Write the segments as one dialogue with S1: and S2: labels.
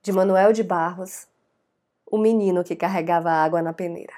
S1: de Manuel de Barros, o menino que carregava água na peneira.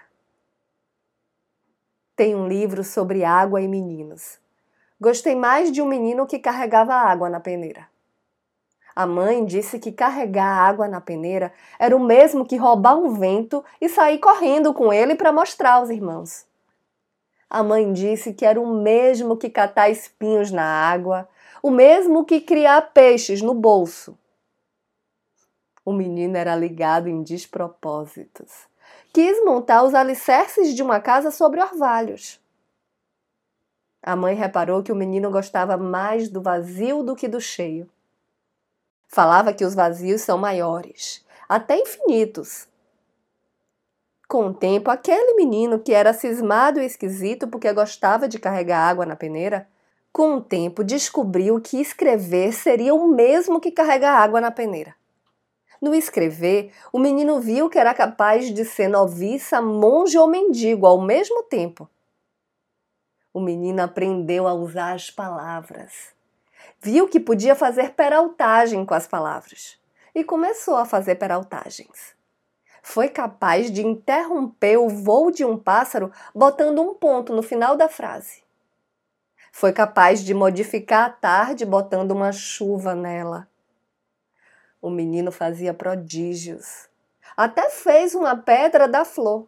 S1: Tem um livro sobre água e meninos. Gostei mais de um menino que carregava água na peneira. A mãe disse que carregar água na peneira era o mesmo que roubar um vento e sair correndo com ele para mostrar aos irmãos. A mãe disse que era o mesmo que catar espinhos na água, o mesmo que criar peixes no bolso. O menino era ligado em despropósitos. Quis montar os alicerces de uma casa sobre orvalhos. A mãe reparou que o menino gostava mais do vazio do que do cheio. Falava que os vazios são maiores, até infinitos. Com o tempo, aquele menino que era cismado e esquisito porque gostava de carregar água na peneira, com o tempo descobriu que escrever seria o mesmo que carregar água na peneira. No escrever, o menino viu que era capaz de ser noviça, monge ou mendigo ao mesmo tempo. O menino aprendeu a usar as palavras. Viu que podia fazer peraltagem com as palavras e começou a fazer peraltagens. Foi capaz de interromper o voo de um pássaro botando um ponto no final da frase. Foi capaz de modificar a tarde botando uma chuva nela. O menino fazia prodígios. Até fez uma pedra da flor.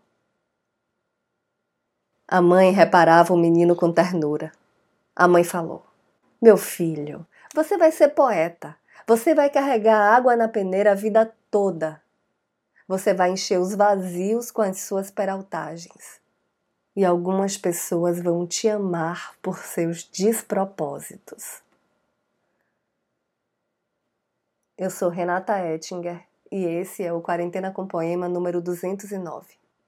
S1: A mãe reparava o menino com ternura. A mãe falou: "Meu filho, você vai ser poeta. Você vai carregar água na peneira a vida toda. Você vai encher os vazios com as suas peraltagens. E algumas pessoas vão te amar por seus despropósitos." Eu sou Renata Ettinger e esse é o Quarentena com Poema número 209.